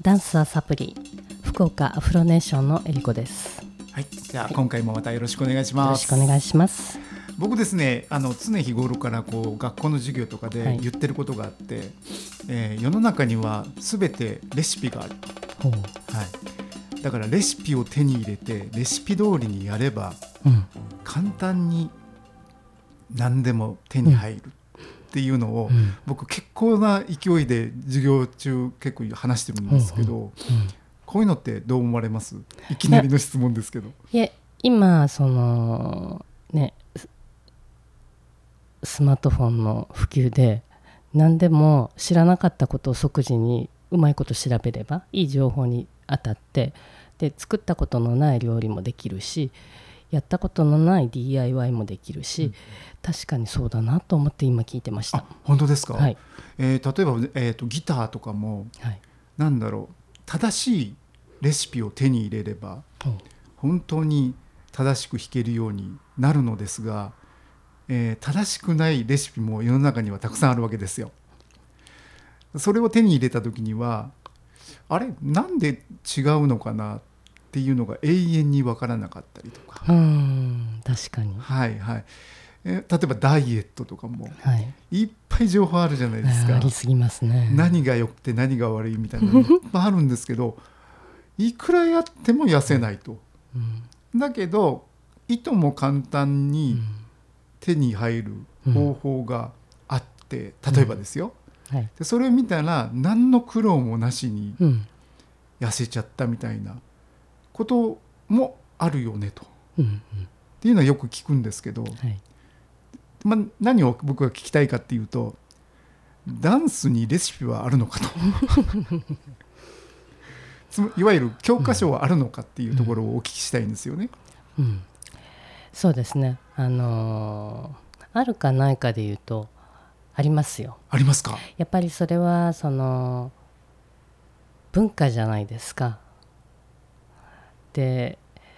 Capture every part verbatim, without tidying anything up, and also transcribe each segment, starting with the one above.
ダンサーサプリ福岡アフロネーションのえりこです。 はい、じゃあ今回もまたよろしくお願いします。 よろしくお願いします。 僕ですね、あの常日頃からこう学校の授業とかで言ってることがあって、はい、えー、世の中にはすべてレシピがある、はい、だからレシピを手に入れてレシピ通りにやれば、うん、簡単に何でも手に入るっていうのを、うん、僕結構な勢いで授業中結構話してるんですけど、うんうんうん、こういうのってどう思われます？いきなりの質問ですけど。 いや、今そのねスマートフォンの普及で何でも知らなかったことを即時にうまいこと調べればいい情報に当たって、で作ったことのない料理もできるし、やったことのない ディーアイワイ もできるし、うん、確かにそうだなと思って今聞いてました。 あ、本当ですか？ はい。 えー、例えば、えーと、ギターとかも、はい、なんだろう、正しいレシピを手に入れれば、うん、本当に正しく弾けるようになるのですが、えー、正しくないレシピも世の中にはたくさんあるわけですよ。それを手に入れた時にはあれなんで違うのかなっていうのが永遠に分からなかったりとか。 うーん、確かに。 はいはい。えー、例えばダイエットとかも、はい、いっぱい情報あるじゃないですか。 ありすぎますね。 何が良くて何が悪いみたいなのいっぱいあるんですけどいくらやっても痩せないと、うんうん、だけどいとも簡単に、うん手に入る方法があって、うん、例えばですよ、うんはい、でそれを見たら何の苦労もなしに痩せちゃったみたいなこともあるよねと、うんうん、っていうのはよく聞くんですけど、はいまあ、何を僕が聞きたいかっていうとダンスにレシピはあるのかといわゆる教科書はあるのかっていうところをお聞きしたいんですよね、 うんうんそうですね、あのー、あるかないかで言うとありますよ。 ありますか？ やっぱりそれはその文化じゃないですか。で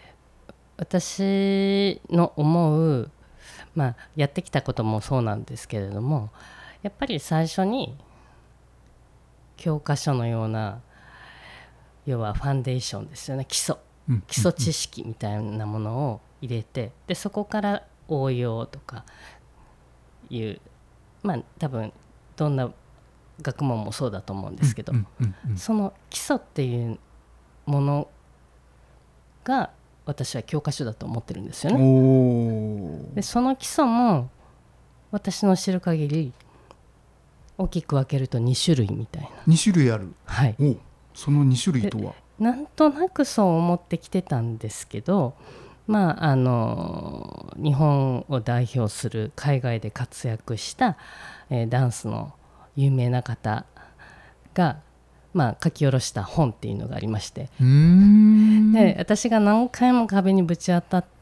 私の思う、まあ、やってきたこともそうなんですけれどもやっぱり最初に教科書のような要はファンデーションですよね、基礎、うん、基礎知識みたいなものを入れてでそこから応用とかいうまあ多分どんな学問もそうだと思うんですけど、うんうんうんうん、その基礎っていうものが私は教科書だと思ってるんですよね。でその基礎も私の知る限り大きく分けるとに種類みたいな。 に種類ある。 はい。 おそのに種類とはなんとなくそう思ってきてたんですけど、まあ、あの日本を代表する海外で活躍した、えー、ダンスの有名な方が、まあ、書き下ろした本っていうのがありまして、うーんで私が何回も壁にぶち当たった、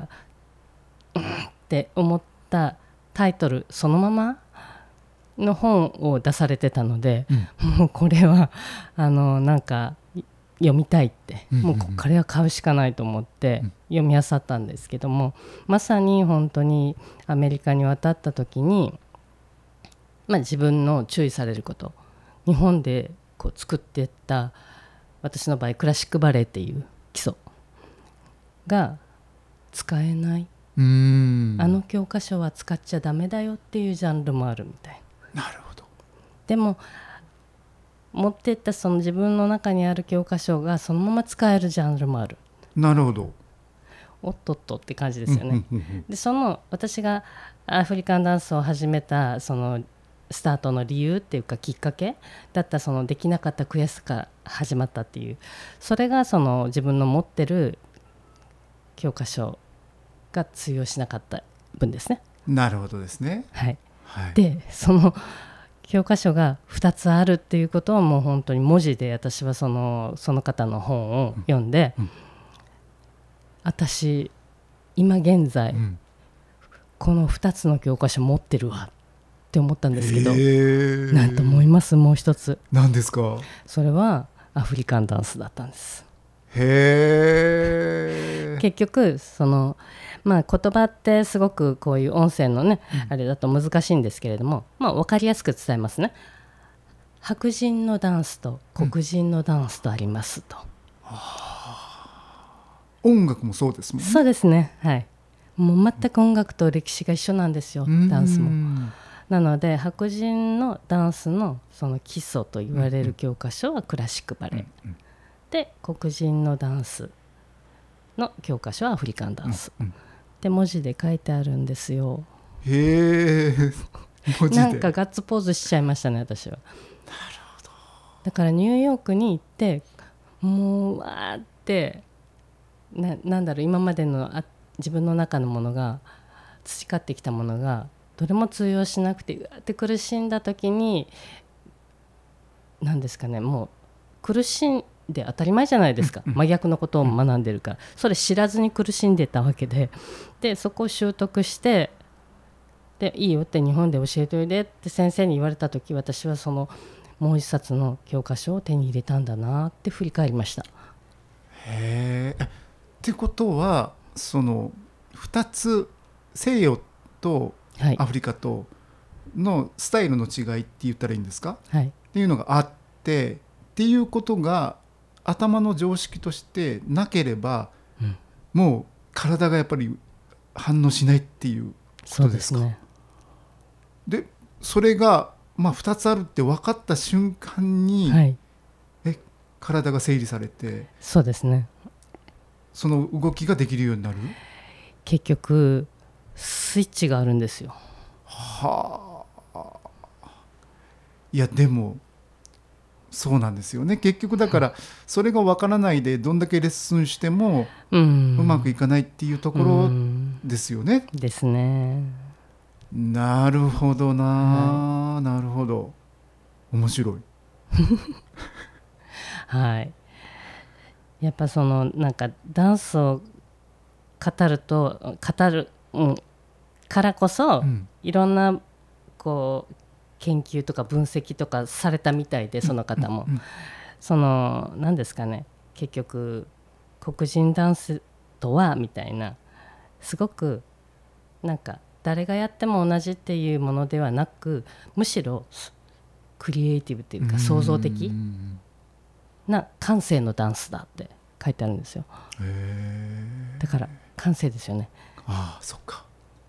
うん、って思ったタイトルそのままの本を出されてたので、うん、もうこれはあのなんか読みたいって、うんうんうん、もうこれは買うしかないと思って読み漁ったんですけども、まさに本当にアメリカに渡った時に、まあ、自分の注意されること日本でこう作っていった私の場合クラシックバレエっていう基礎が使えない、うーんあの教科書は使っちゃダメだよっていうジャンルもあるみたいな。なるほど。 でも持っていったその自分の中にある教科書がそのまま使えるジャンルもある。 なるほど。 おっとっとって感じですよね、うんうんうんうん、でその私がアフリカンダンスを始めたそのスタートの理由っていうかきっかけだったそのできなかった悔しさが始まったっていうそれがその自分の持ってる教科書が通用しなかった分ですね。 なるほどですね、 はいはい、でその教科書がふたつあるっていうことをもう本当に文字で私はその、その方の本を読んで、うんうん、私今現在、うん、このふたつの教科書持ってるわって思ったんですけど、何と思います？もう一つ。 何ですか？ それはアフリカンダンスだったんです。 へー。 結局その、まあ、言葉ってすごくこういう音声のね、うん、あれだと難しいんですけれども、まあ、分かりやすく伝えますね。 白人のダンスと黒人のダンスとありますと、 うん、音楽もそうですもんね。 そうですね、はい、もう全く音楽と歴史が一緒なんですよ、ダンスも。なので白人のダンスのその基礎と言われる教科書はクラシックバレエ、うんうん、で黒人のダンスの教科書はアフリカンダンス、うんうん、で文字で書いてあるんですよ。 へえなんかガッツポーズしちゃいましたね私は。なるほど。だからニューヨークに行ってもうわーってな、なんだろう、今までのあ自分の中のものが培ってきたものがどれも通用しなくてうわって苦しんだ時に何ですかね、もう苦しんで当たり前じゃないですか、うんうん、真逆のことを学んでるから、それ知らずに苦しんでたわけで、でそこを習得してでいいよって日本で教えておいでって先生に言われた時、私はそのもう一冊の教科書を手に入れたんだなって振り返りました。 へえ。ってことはそのふたつ西洋とアフリカとのスタイルの違いって言ったらいいんですか、はい、っていうのがあってっていうことが頭の常識としてなければ、うん、もう体がやっぱり反応しないっていうことですか。そうですね。でそれが、まあ、ふたつあるって分かった瞬間に、はい、え体が整理されて、 そうですね、 その動きができるようになる。 結局スイッチがあるんですよ。 はあ。いやでもそうなんですよね。結局だからそれが分からないでどんだけレッスンしてもうまくいかないっていうところですよね。 ですね。 なるほどな、はい、なるほど、面白いはい、やっぱそのなんかダンスを語ると語る、うん、からこそ、うん、いろんなこう研究とか分析とかされたみたいで、その方も、うんうんうん、その何ですかね、結局黒人ダンスとはみたいな、すごくなんか誰がやっても同じっていうものではなく、むしろクリエイティブというか創造的な感性のダンスだって書いてあるんですよ。へー。だから感性ですよね。 ああ、そっか。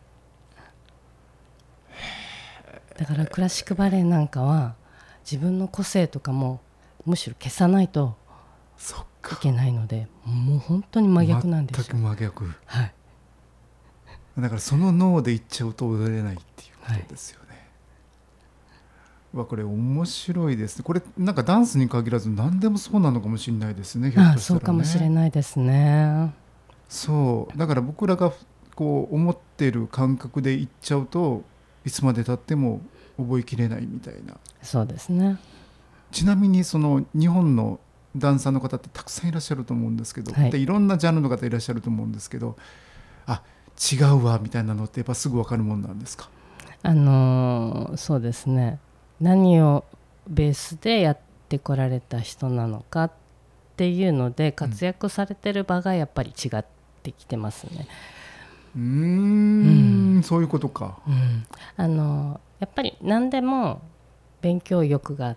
だからクラシックバレエなんかは自分の個性とかもむしろ消さないといけないので、もう本当に真逆なんですよ。 全く真逆、 はい、 だからその脳でいっちゃうと踊れないっていうことですよね。はい、わこれ面白いですね。これなんかダンスに限らず何でもそうなのかもしれないですね。ひょっとしたらね。ああ、そうかもしれないですね。 そうだから僕らがこう思ってる感覚でいっちゃうといつまでたっても覚えきれないみたいな。 そうですね。 ちなみにその日本のダンサーの方ってたくさんいらっしゃると思うんですけど、はい、でいろんなジャンルの方いらっしゃると思うんですけど、あ違うわみたいなのってやっぱすぐ分かるもんなんですか。 あのー、そうですね、何をベースでやってこられた人なのかっていうので活躍されてる場がやっぱり違ってきてますね。 うーん、うん、そういうことか、 うん、あのやっぱり何でも勉強欲があって、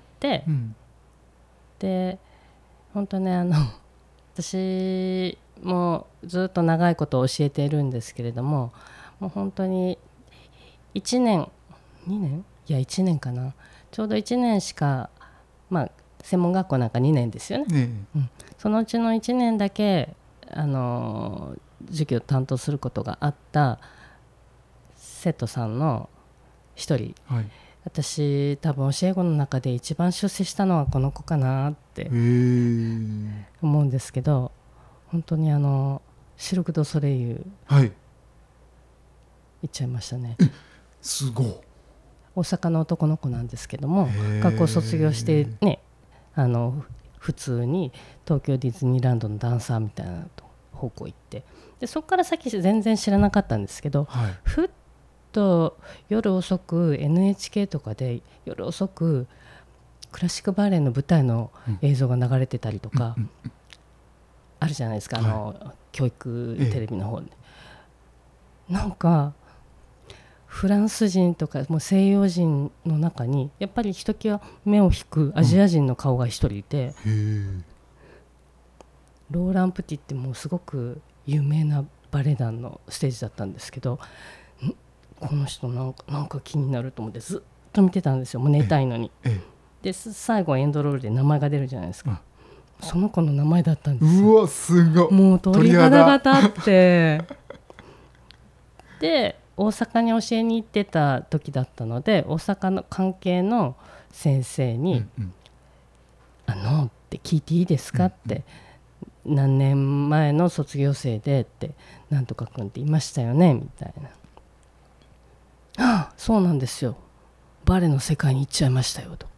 うん、で本当ね、あの私もずっと長いこと教えているんですけれども、もう本当にいちねんにねんいやいちねんかな、ちょうどいちねんしか、まあ専門学校なんかにねんですよね、ねうん、そのうちのいちねんだけあの授業を担当することがあった生徒さんの一人、はい、私多分教え子の中で一番出世したのはこの子かなって思うんですけど、本当にあのシルク・ドゥ・ソレイユ、はい、行っちゃいましたね。 すごい。 大阪の男の子なんですけども、学校卒業してね、あの普通に東京ディズニーランドのダンサーみたいな方向行って、でそこから先全然知らなかったんですけど、はい、ふっと夜遅く エヌエイチケー とかで夜遅くクラシックバレエの舞台の映像が流れてたりとか、うん、あるじゃないですか、あの、はい、教育テレビの方で、ええ、なんかフランス人とかもう西洋人の中にやっぱりひときわ目を引くアジア人の顔が一人いて、 うん、へローラン・プティってもうすごく有名なバレエ団のステージだったんですけど、んこの人なんか、なんか気になると思ってずっと見てたんですよ、もう寝たいのに。で最後エンドロールで名前が出るじゃないですか、うん、その子の名前だったんですよ。 うわすごい、 もう鳥肌が立ってで大阪に教えに行ってた時だったので、大阪の関係の先生に、うんうん、あのって聞いていいですかって、うんうん、何年前の卒業生でってなんとかくんって言いましたよねみたいな。ああそうなんですよ、バレエの世界に行っちゃいましたよと。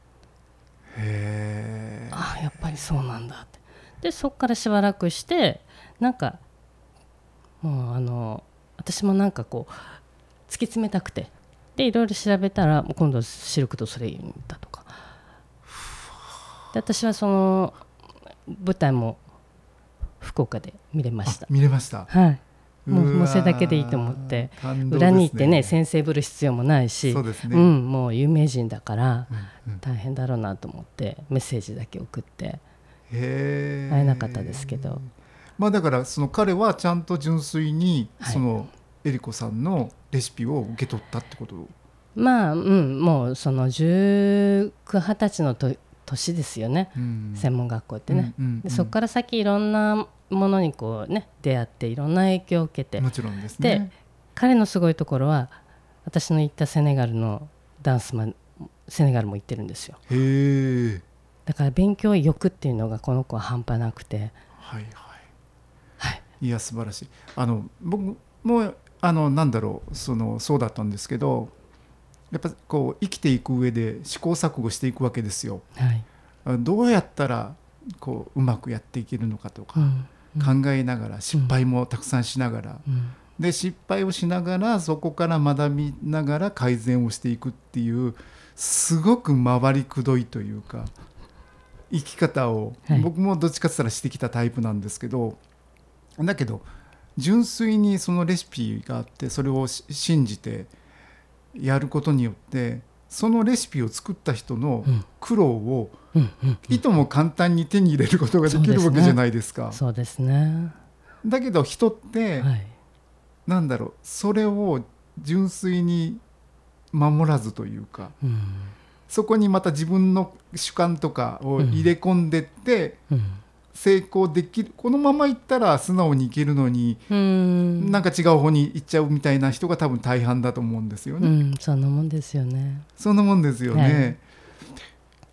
へー、 ああやっぱりそうなんだって。でそっからしばらくしてなんかもうあの私もなんかこう突き詰めたくて、でいろいろ調べたらもう今度シルク・ドゥ・ソレイユに行ったとかで、私はその舞台も福岡で見れました。 見れました、 はい、もう、もうそれだけでいいと思って、ね、裏に行ってね先生ぶる必要もないし、 そうですね、 うん、もう有名人だから、 うんうん、 大変だろうなと思ってメッセージだけ送ってへ会えなかったですけど、 まあ、だからその彼はちゃんと純粋にその、 はいえりこさんのレシピを受け取ったってこと。 まあうんもうそのじゅうきゅう、はたちのと年ですよね、うん、専門学校ってね、うんうんうん、でそこから先いろんなものにこうね出会っていろんな影響を受けて、 もちろんですね。 で彼のすごいところは私の行ったセネガルのダンスマンセネガルも行ってるんですよ。 へー、 だから勉強意欲っていうのがこの子は半端なくて、 はいはいはい、 いや素晴らしい。あの僕もあのなんだろうそのそうだったんですけど、やっぱこう生きていく上で試行錯誤していくわけですよ、はい、どうやったらこううまくやっていけるのかとか、うんうん、考えながら失敗もたくさんしながら、うんうん、で失敗をしながらそこから学びながら改善をしていくっていうすごく回りくどいというか生き方を、はい、僕もどっちかって言ったらしてきたタイプなんですけど、だけど純粋にそのレシピがあってそれを信じてやることによってそのレシピを作った人の苦労をいとも簡単に手に入れることができるわけじゃないですか。 そうですね。 だけど人ってなんだろうそれを純粋に守らずというか、うん、そこにまた自分の主観とかを入れ込んでって、うんうん成功できる、このままいったら素直にいけるのにうんなんか違う方に行っちゃうみたいな人が多分大半だと思うんですよね、うん、 そんなもんですよね。 そんなもんですよね、はい、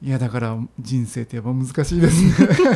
いやだから人生ってやっぱ難しいですね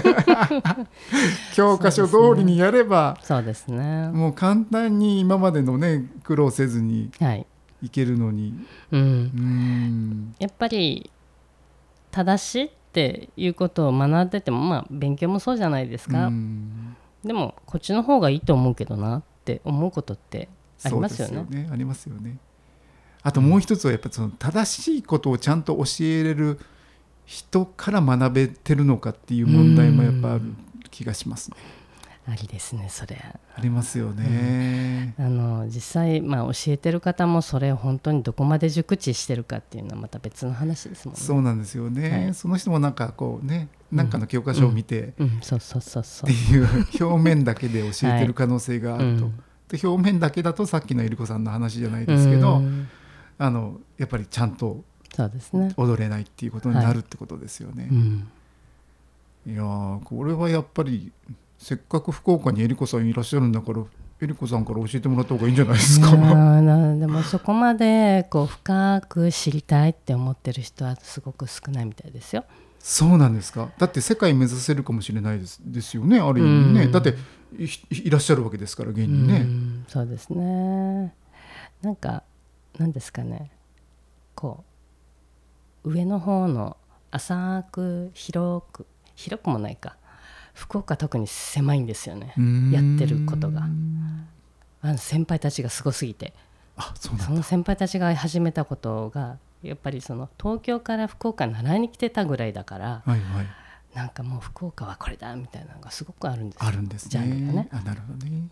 教科書通りにやればそうですね、 もう簡単に今までのね苦労せずにいけるのに、はい、うん、うんやっぱり正しいっていうことを学んでても、まあ、勉強もそうじゃないですか。うんでもこっちの方がいいと思うけどなって思うことってありますよね。 そうですよね、ありますよね。あともう一つはやっぱりその正しいことをちゃんと教えれる人から学べてるのかっていう問題もやっぱある気がしますね。 ありですねそれ。 ありますよね、 うん、あの実際、まあ、教えてる方もそれを本当にどこまで熟知してるかっていうのはまた別の話ですもんね。 そうなんですよね、はい、その人もなんかこうねなんかの教科書を見てっていう表面だけで教えてる可能性があると、はいうん、で表面だけだとさっきのえりこさんの話じゃないですけど、うん、あのやっぱりちゃんと踊れないっていうことになるってことですよね、はいうん、いやこれはやっぱりせっかく福岡にえりこさんいらっしゃるんだからえりこさんから教えてもらった方がいいんじゃないですか。 でもそこまでこう深く知りたいって思ってる人はすごく少ないみたいですよ。 そうなんですか。だって世界目指せるかもしれないです、ですよね、ある意味ね。だって い, いらっしゃるわけですから現にね。 うんそうですね。なんかなんですかねこう上の方の浅く広く広くもないか福岡特に狭いんですよね、やってることが。あの先輩たちがすごすぎて、 あ、そうなんだ。 その先輩たちが始めたことがやっぱりその東京から福岡に習いに来てたぐらいだから、はいはい、なんかもう福岡はこれだみたいなのがすごくあるんですよ。 あるんですね。 ジャンルがね。 あ、なるほどね。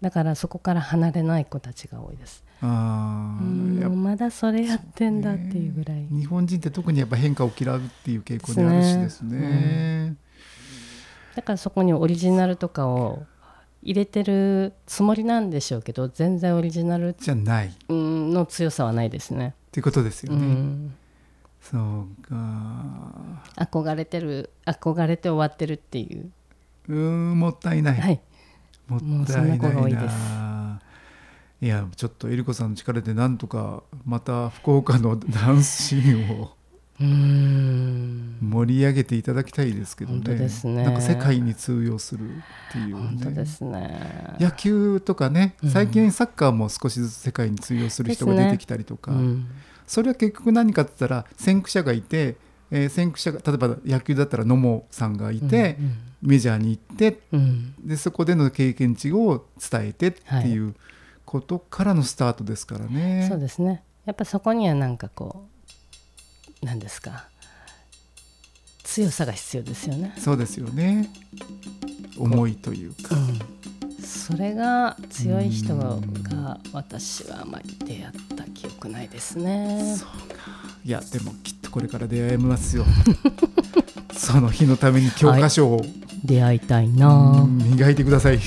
だからそこから離れない子たちが多いです。 あうんやっぱまだそれやってんだっていうぐらい、 日本人って特にやっぱ変化を嫌うっていう傾向にあるしですね、うん、 だからそこにオリジナルとかを入れてるつもりなんでしょうけど、全然オリジナルじゃないの強さはないですねっていうことですよね、うん、そうか、 憧れてる憧れて終わってるっていう、 うーんもったいない、はい、もったいないな。もうそんな子が多いです。いやちょっとえりこさんの力でなんとかまた福岡のダンスシーンをうーん盛り上げていただきたいですけど ね, 本当ですね。 なんか世界に通用するっていう、ね、 本当ですね。 野球とかね、最近サッカーも少しずつ世界に通用する人が出てきたりとか、ねうん、それは結局何かって言ったら先駆者がいて、えー、先駆者が例えば野球だったら野茂さんがいて、うんうん、メジャーに行って、うん、でそこでの経験値を伝えてっていう、はいことからのスタートですからね。 そうですね。やっぱそこにはなんかこう何ですか、強さが必要ですよね。 そうですよね。思いというか、 うん、それが強い人が私はあまり出会った記憶ないですね。 そうか。いやでもきっとこれから出会えますよその日のために教科書を、はい、 出会いたいな。 磨いてください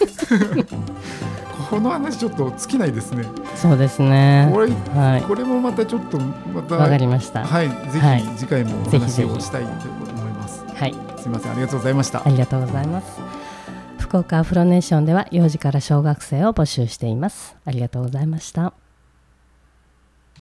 この話ちょっと尽きないですね。 そうですね。 これ、はい、これもまたちょっとまたわかりました。 はい、ぜひ次回もお話をしたいと思います。はい、すみません、ありがとうございました。 ありがとうございます。福岡アフロネーションでは幼児から小学生を募集しています。ありがとうございました。